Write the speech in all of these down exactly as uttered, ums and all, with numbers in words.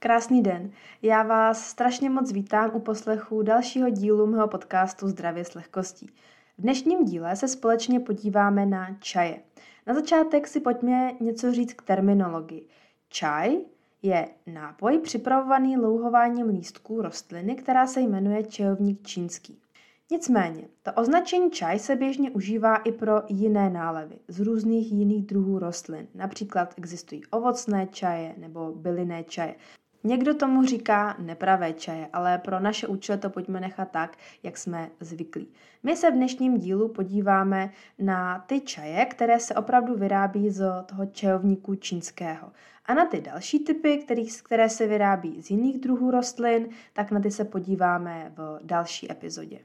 krásný den. Já vás strašně moc vítám u poslechu dalšího dílu mého podcastu Zdravě s lehkostí. V dnešním díle se společně podíváme na čaje. Na začátek si pojďme něco říct k terminologii. Čaj je nápoj připravovaný louhováním lístků rostliny, která se jmenuje čajovník čínský. Nicméně, to označení čaj se běžně užívá i pro jiné nálevy z různých jiných druhů rostlin. Například existují ovocné čaje nebo bylinné čaje. Někdo tomu říká nepravé čaje, ale pro naše účely to pojďme nechat tak, jak jsme zvyklí. My se v dnešním dílu podíváme na ty čaje, které se opravdu vyrábí z toho čajovníku čínského. A na ty další typy, které se vyrábí z jiných druhů rostlin, tak na ty se podíváme v další epizodě.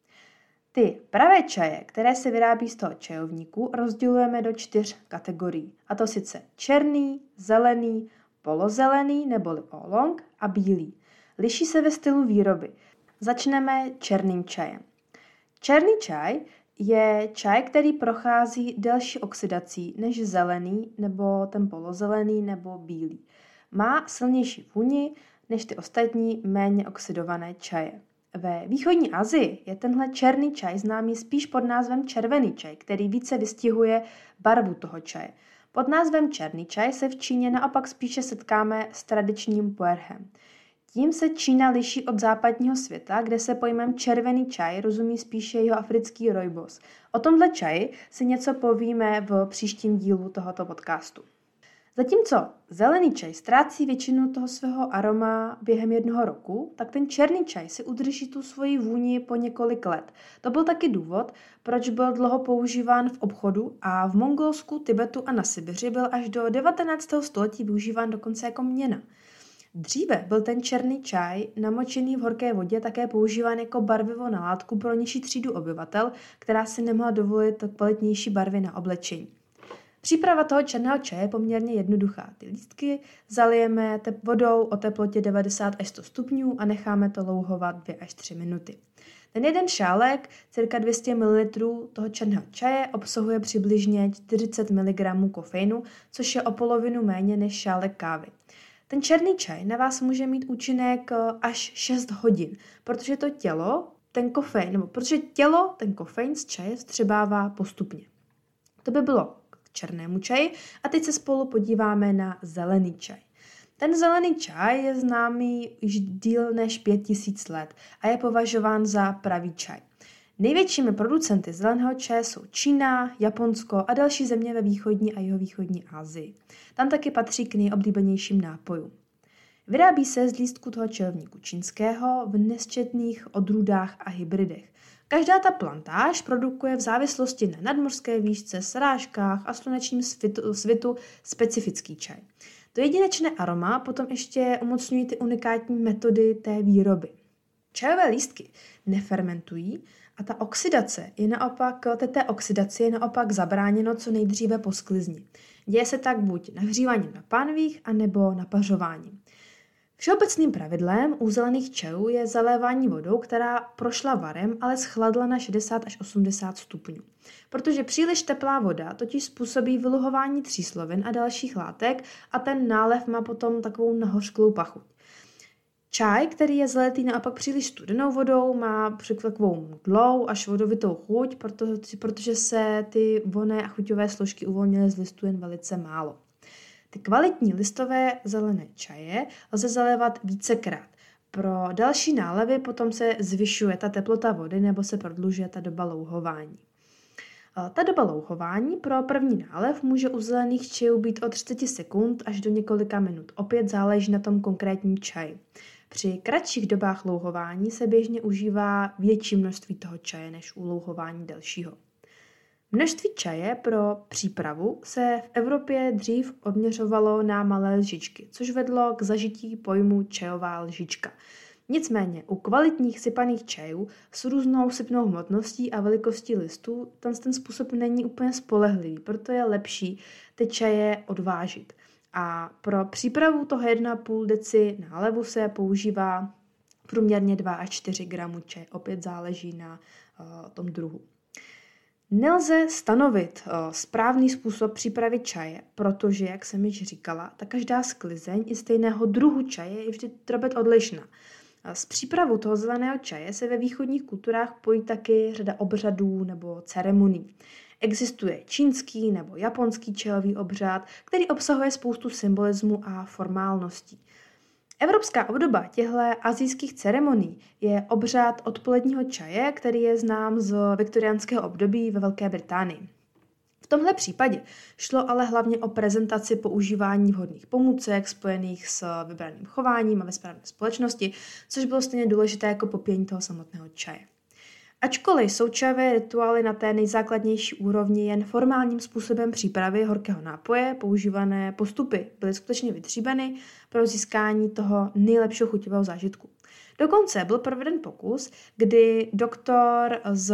Ty pravé čaje, které se vyrábí z toho čajovníku, rozdělujeme do čtyř kategorií. A to sice černý, zelený, polozelený neboli oolong a bílý. Liší se ve stylu výroby. Začneme černým čajem. Černý čaj je čaj, který prochází delší oxidací než zelený nebo ten polozelený nebo bílý. Má silnější vůni než ty ostatní méně oxidované čaje. Ve východní Asii je tenhle černý čaj známý spíš pod názvem červený čaj, který více vystihuje barvu toho čaje. Pod názvem černý čaj se v Číně naopak spíše setkáme s tradičním puerhem. Tím se Čína liší od západního světa, kde se pojmem červený čaj rozumí spíše jeho africký rooibos. O tomhle čaji si něco povíme v příštím dílu tohoto podcastu. Zatímco zelený čaj ztrácí většinu toho svého aroma během jednoho roku, tak ten černý čaj si udrží tu svoji vůni po několik let. To byl taky důvod, proč byl dlouho používán v obchodu a v Mongolsku, Tibetu a na Sibiři byl až do devatenáctého století využíván dokonce jako měna. Dříve byl ten černý čaj namočený v horké vodě také používán jako barvivo na látku pro nižší třídu obyvatel, která si nemohla dovolit kvalitnější barvy na oblečení. Příprava toho černého čaje je poměrně jednoduchá. Ty lístky zalijeme tep- vodou o teplotě devadesát až sto stupňů a necháme to louhovat dvě až tři minuty. Ten jeden šálek, cirka dvě stě mililitrů toho černého čaje, obsahuje přibližně čtyřicet miligramů kofeinu, což je o polovinu méně než šálek kávy. Ten černý čaj na vás může mít účinek až šest hodin, protože to tělo, ten kofein, nebo protože tělo ten kofein z čaje vstřebává postupně. To by bylo černému čaji a teď se spolu podíváme na zelený čaj. Ten zelený čaj je známý již díl než pět tisíc let a je považován za pravý čaj. Největšími producenty zeleného čaje jsou Čína, Japonsko a další země ve východní a jihovýchodní Asii. Tam taky patří k nejoblíbenějším nápojům. Vyrábí se z lístků toho čajovníku čínského v nesčetných odrůdách a hybridech. Každá ta plantáž produkuje v závislosti na nadmořské výšce, srážkách a slunečním svitu, svitu specifický čaj. To jedinečné aroma potom ještě umocňují ty unikátní metody té výroby. Čajové lístky nefermentují a ta oxidace je naopak, té oxidaci je naopak zabráněno co nejdříve po sklizni. Děje se tak buď nahříváním na pánvích, anebo napařováním. Všeobecným pravidlem u zelených čajů je zalévání vodou, která prošla varem, ale schladla na šedesát až osmdesát stupňů. Protože příliš teplá voda totiž způsobí vyluhování tříslovin a dalších látek a ten nálev má potom takovou nahořklou pachuť. Čaj, který je zalitý naopak příliš studenou vodou, má takovou mdlou až vodovitou chuť, protože, protože se ty vonné a chuťové složky uvolnily z listu jen velice málo. Ty kvalitní listové zelené čaje lze zalévat vícekrát. Pro další nálevy potom se zvyšuje ta teplota vody nebo se prodlužuje ta doba louhování. Ta doba louhování pro první nálev může u zelených čajů být od třicet sekund až do několika minut. Opět záleží na tom konkrétním čaji. Při kratších dobách louhování se běžně užívá větší množství toho čaje než u louhování delšího. Množství čaje pro přípravu se v Evropě dřív odměřovalo na malé lžičky, což vedlo k zažití pojmu čajová lžička. Nicméně u kvalitních sypaných čajů s různou sypnou hmotností a velikostí listů ten, ten způsob není úplně spolehlivý, proto je lepší ty čaje odvážit. A pro přípravu toho jedna celá pět deci nálevu se používá průměrně dva až čtyři gramy čaje, opět záleží na uh, tom druhu. Nelze stanovit uh, správný způsob přípravy čaje, protože, jak jsem již říkala, ta každá sklizeň i stejného druhu čaje je vždy trochu odlišná. S přípravou toho zeleného čaje se ve východních kulturách pojí taky řada obřadů nebo ceremonií. Existuje čínský nebo japonský čajový obřad, který obsahuje spoustu symbolismu a formálností. Evropská obdoba těchto asijských ceremonií je obřad odpoledního čaje, který je znám z viktoriánského období ve Velké Británii. V tomhle případě šlo ale hlavně o prezentaci používání vhodných pomůcek spojených s vybraným chováním a ve správné společnosti, což bylo stejně důležité jako popíjení toho samotného čaje. Ačkoliv jsou čajové rituály na té nejzákladnější úrovni jen formálním způsobem přípravy horkého nápoje, používané postupy byly skutečně vytříbeny pro získání toho nejlepšího chuťového zážitku. Dokonce byl proveden pokus, kdy doktor z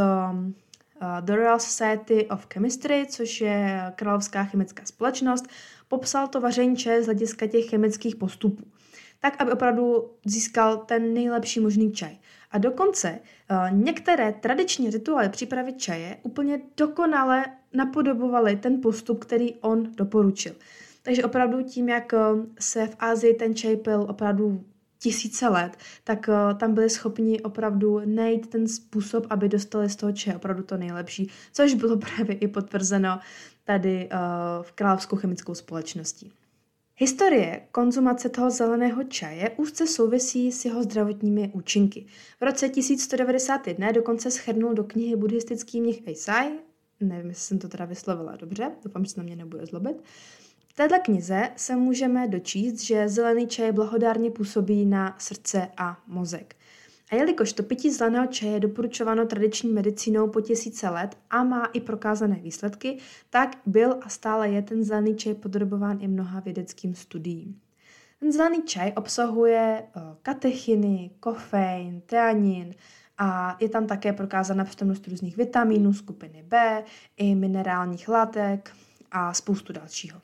The Royal Society of Chemistry, což je královská chemická společnost, popsal to vaření čaje z hlediska těch chemických postupů, tak, aby opravdu získal ten nejlepší možný čaj. A dokonce uh, některé tradiční rituály přípravy čaje úplně dokonale napodobovaly ten postup, který on doporučil. Takže opravdu tím, jak uh, se v Asii ten čaj pil opravdu tisíce let, tak uh, tam byli schopni opravdu najít ten způsob, aby dostali z toho čaje opravdu to nejlepší, což bylo právě i potvrzeno tady uh, v královskou chemickou společností. Historie konzumace toho zeleného čaje úzce souvisí s jeho zdravotními účinky. V roce tisíc sto devadesát jedna dokonce shrnul do knihy buddhistický mnich Eisai, nevím, jestli jsem to teda vyslovila dobře, doufám, že se na mě nebude zlobit. V této knize se můžeme dočíst, že zelený čaj blahodárně působí na srdce a mozek. A jelikož to pití zeleného čaje je doporučováno tradiční medicínou po tisíce let a má i prokázané výsledky, tak byl a stále je ten zelený čaj podrobován i mnoha vědeckým studiím. Ten zelený čaj obsahuje katechiny, kofein, theanin a je tam také prokázána přítomnost různých vitamínů skupiny B, i minerálních látek a spoustu dalšího.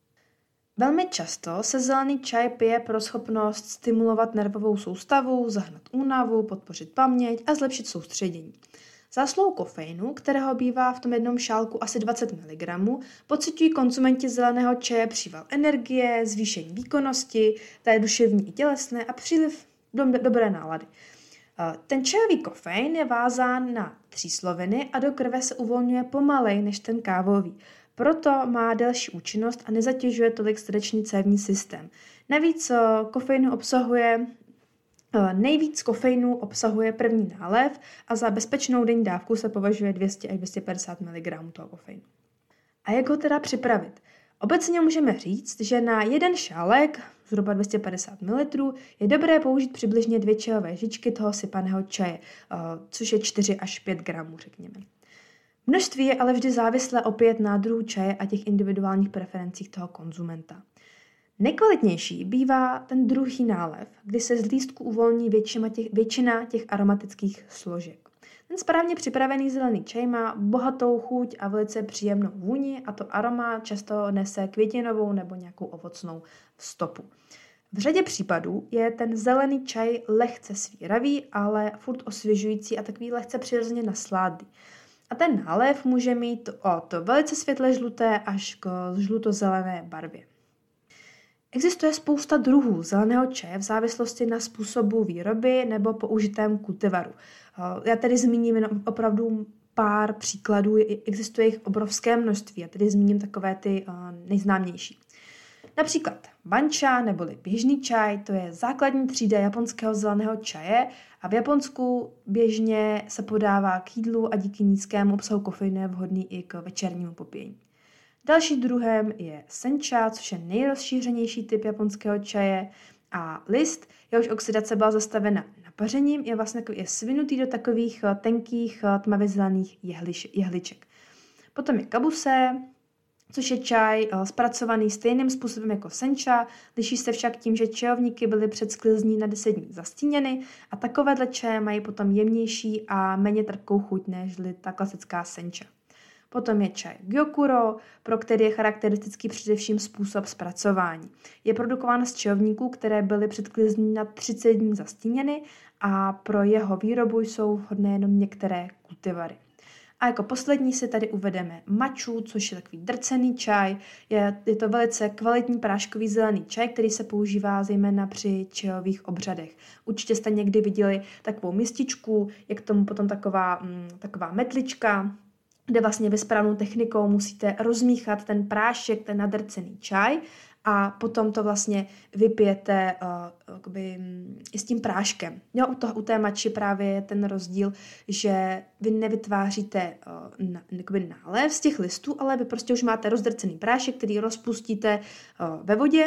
Velmi často se zelený čaj pije pro schopnost stimulovat nervovou soustavu, zahnat únavu, podpořit paměť a zlepšit soustředění. Zásluhou kofeinu, kterého bývá v tom jednom šálku asi dvacet miligramů, pociťují konzumenti zeleného čaje příval energie, zvýšení výkonnosti, té duševní i tělesné a příliv do, dobré nálady. Ten čajový kofein je vázán na třísloviny a do krve se uvolňuje pomalej než ten kávový. Proto má delší účinnost a nezatěžuje tolik srdeční cévní systém. Navíc kofeinu obsahuje, nejvíc kofeinu obsahuje první nálev a za bezpečnou denní dávku se považuje dvě stě až dvě stě padesát miligramů toho kofeinu. A jak ho teda připravit? Obecně můžeme říct, že na jeden šálek, zhruba dvě stě padesát mililitrů, je dobré použít přibližně dvě čajové žičky toho sypaného čaje, což je čtyři až pět gramů, řekněme. Množství je ale vždy závislé opět na druhu čaje a těch individuálních preferencích toho konzumenta. Nekvalitnější bývá ten druhý nálev, kdy se z lístku uvolní většina těch, většina těch aromatických složek. Ten správně připravený zelený čaj má bohatou chuť a velice příjemnou vůni a to aroma často nese květinovou nebo nějakou ovocnou stopu. V řadě případů je ten zelený čaj lehce svíravý, ale furt osvěžující a takový lehce přirozeně nasládlý. A ten nálev může mít od velice světle žluté až k žluto-zelené barvě. Existuje spousta druhů zeleného čaje v závislosti na způsobu výroby nebo použitém kultivaru. Já tady zmíním jenom opravdu pár příkladů, existuje jich obrovské množství, já tady zmíním takové ty nejznámější. Například banča neboli běžný čaj, to je základní třída japonského zeleného čaje a v Japonsku běžně se podává k jídlu a díky nízkému obsahu kofeinu je vhodný i k večernímu popíjení. Další druhem je sencha, což je nejrozšířenější typ japonského čaje a list, jehož oxidace byla zastavena napařením, je vlastně je svinutý do takových tenkých tmavě zelených jehlič, jehliček. Potom je kabuse, což je čaj zpracovaný stejným způsobem jako sencha, liší se však tím, že čajovníky byly před sklizní na deset dní zastíněny a takovéhle čaje mají potom jemnější a méně trpkou chuť než ta klasická sencha. Potom je čaj gyokuro, pro který je charakteristický především způsob zpracování. Je produkován z čajovníků, které byly před sklizní na třicet dní zastíněny a pro jeho výrobu jsou vhodné jenom některé kultivary. A jako poslední si tady uvedeme matchu, což je takový drcený čaj. Je, je to velice kvalitní práškový zelený čaj, který se používá zejména při čajových obřadech. Určitě jste někdy viděli takovou mističku, je k tomu potom taková, mm, taková metlička, kde vlastně vy správnou technikou musíte rozmíchat ten prášek, ten nadrcený čaj a potom to vlastně vypijete uh, jakoby, i s tím práškem. Jo, u, toho, u té matchy právě je ten rozdíl, že vy nevytváříte uh, na, jakoby nálev z těch listů, ale vy prostě už máte rozdrcený prášek, který rozpustíte uh, ve vodě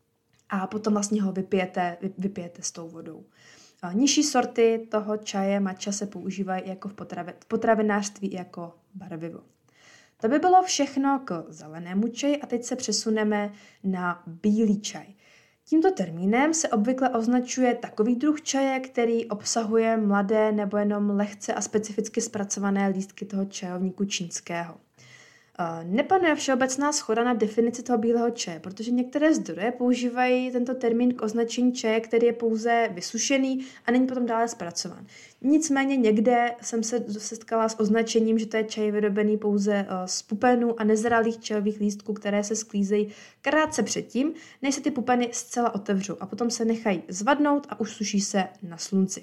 a potom vlastně ho vypijete, vy, vypijete s tou vodou. Uh, nižší sorty toho čaje matcha se používají jako v, potravi, v potravinářství jako barvivo. To by bylo všechno k zelenému čaji a teď se přesuneme na bílý čaj. Tímto termínem se obvykle označuje takový druh čaje, který obsahuje mladé nebo jenom lehce a specificky zpracované lístky toho čajovníku čínského. Nepanuje všeobecná shoda na definici toho bílého čaje, protože některé zdroje používají tento termín k označení čaje, který je pouze vysušený a není potom dále zpracován. Nicméně někde jsem se setkala s označením, že to je čaj vyrobený pouze z pupenů a nezralých čajových lístků, které se sklízejí krátce předtím, než se ty pupeny zcela otevřou a potom se nechají zvadnout a už suší se na slunci.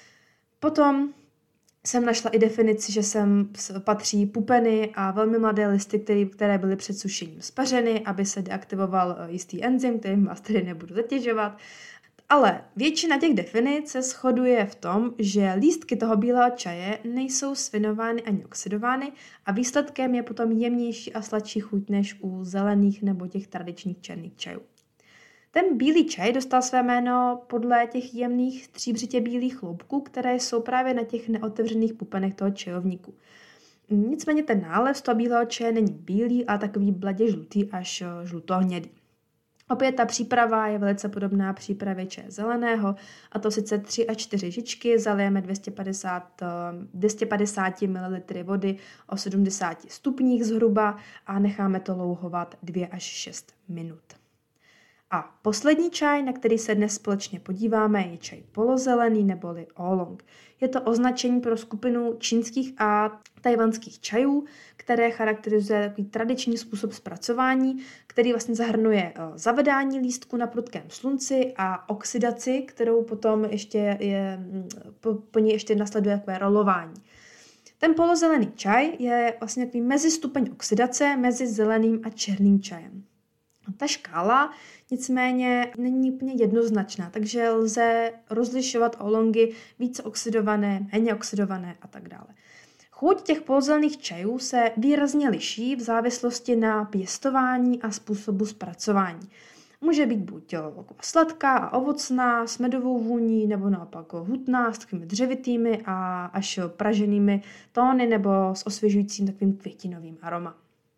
Potom jsem našla i definici, že sem patří pupeny a velmi mladé listy, které, které byly před sušením spařeny, aby se deaktivoval jistý enzym, kterým vás tedy nebudu zatěžovat. Ale většina těch definic se shoduje v tom, že lístky toho bílého čaje nejsou svinovány ani oxidovány a výsledkem je potom jemnější a sladší chuť než u zelených nebo těch tradičních černých čajů. Ten bílý čaj dostal své jméno podle těch jemných stříbřitě bílých chloupků, které jsou právě na těch neotevřených pupenech toho čajovníku. Nicméně ten nálev z toho bílého čaje není bílý, ale takový bledě žlutý až žlutohnědý. Opět ta příprava je velice podobná přípravě čaje zeleného, a to sice tři až čtyři žičky, zalijeme dvě stě padesát, dvě stě padesát mililitrů vody o sedmdesáti stupních zhruba a necháme to louhovat dvě až šest minut. A poslední čaj, na který se dnes společně podíváme, je čaj polozelený neboli oolong. Je to označení pro skupinu čínských a tajvanských čajů, které charakterizuje takový tradiční způsob zpracování, který vlastně zahrnuje zavedání lístku na prudkém slunci a oxidaci, kterou potom ještě je, po, po ní ještě nasleduje takové rolování. Ten polozelený čaj je vlastně takový mezistupeň oxidace mezi zeleným a černým čajem. Ta škála nicméně není úplně jednoznačná, takže lze rozlišovat oolongy více oxidované, méně oxidované a tak dále. Chuť těch polozelených čajů se výrazně liší v závislosti na pěstování a způsobu zpracování. Může být buď sladká a ovocná, s medovou vůní, nebo naopak hutná, s takovými dřevitými a až praženými tóny, nebo s osvěžujícím takovým květinovým aroma.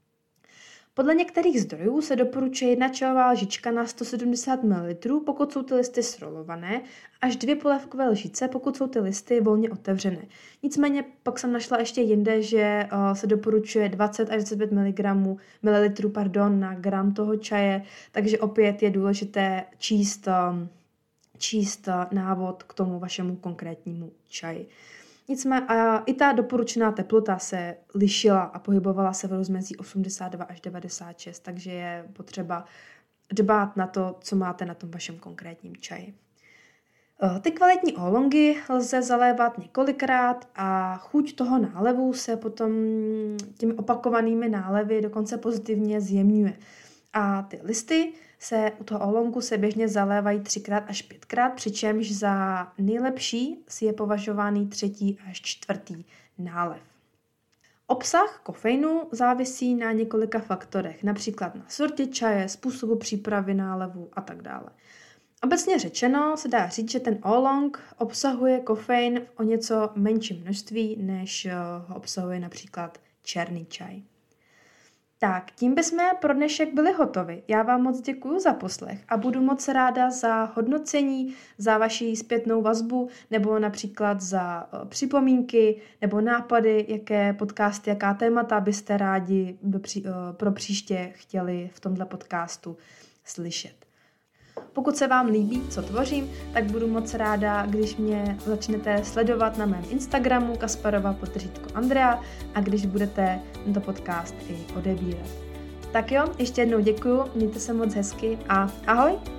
Podle některých zdrojů se doporučuje jedna čajová lžička na sto sedmdesát mililitrů, pokud jsou ty listy srolované, až dvě polévkové lžice, pokud jsou ty listy volně otevřené. Nicméně pak jsem našla ještě jinde, že uh, se doporučuje dvacet až dvacet pět mililitrů pardon, na gram toho čaje, takže opět je důležité číst, um, číst uh, návod k tomu vašemu konkrétnímu čaji. Nicméně a i ta doporučená teplota se lišila a pohybovala se v rozmezí osmdesát dva až devadesát šest, takže je potřeba dbát na to, co máte na tom vašem konkrétním čaji. Ty kvalitní oolongy lze zalévat několikrát a chuť toho nálevu se potom těmi opakovanými nálevy dokonce pozitivně zjemňuje. A ty listy se u toho oolongu se běžně zalévají třikrát až pětkrát, přičemž za nejlepší si je považovaný třetí až čtvrtý nálev. Obsah kofeinu závisí na několika faktorech, například na sortě čaje, způsobu přípravy nálevu a tak dále. Obecně řečeno se dá říct, že ten oolong obsahuje kofein v o něco menším množství, než ho obsahuje například černý čaj. Tak, tím bychom pro dnešek byli hotovi. Já vám moc děkuji za poslech a budu moc ráda za hodnocení, za vaši zpětnou vazbu nebo například za připomínky nebo nápady, jaké podcasty, jaká témata byste rádi do pří, pro příště chtěli v tomto podcastu slyšet. Pokud se vám líbí, co tvořím, tak budu moc ráda, když mě začnete sledovat na mém Instagramu Kasparova podtržítko Andrea a když budete tento podcast i odebírat. Tak jo, ještě jednou děkuju, mějte se moc hezky a ahoj!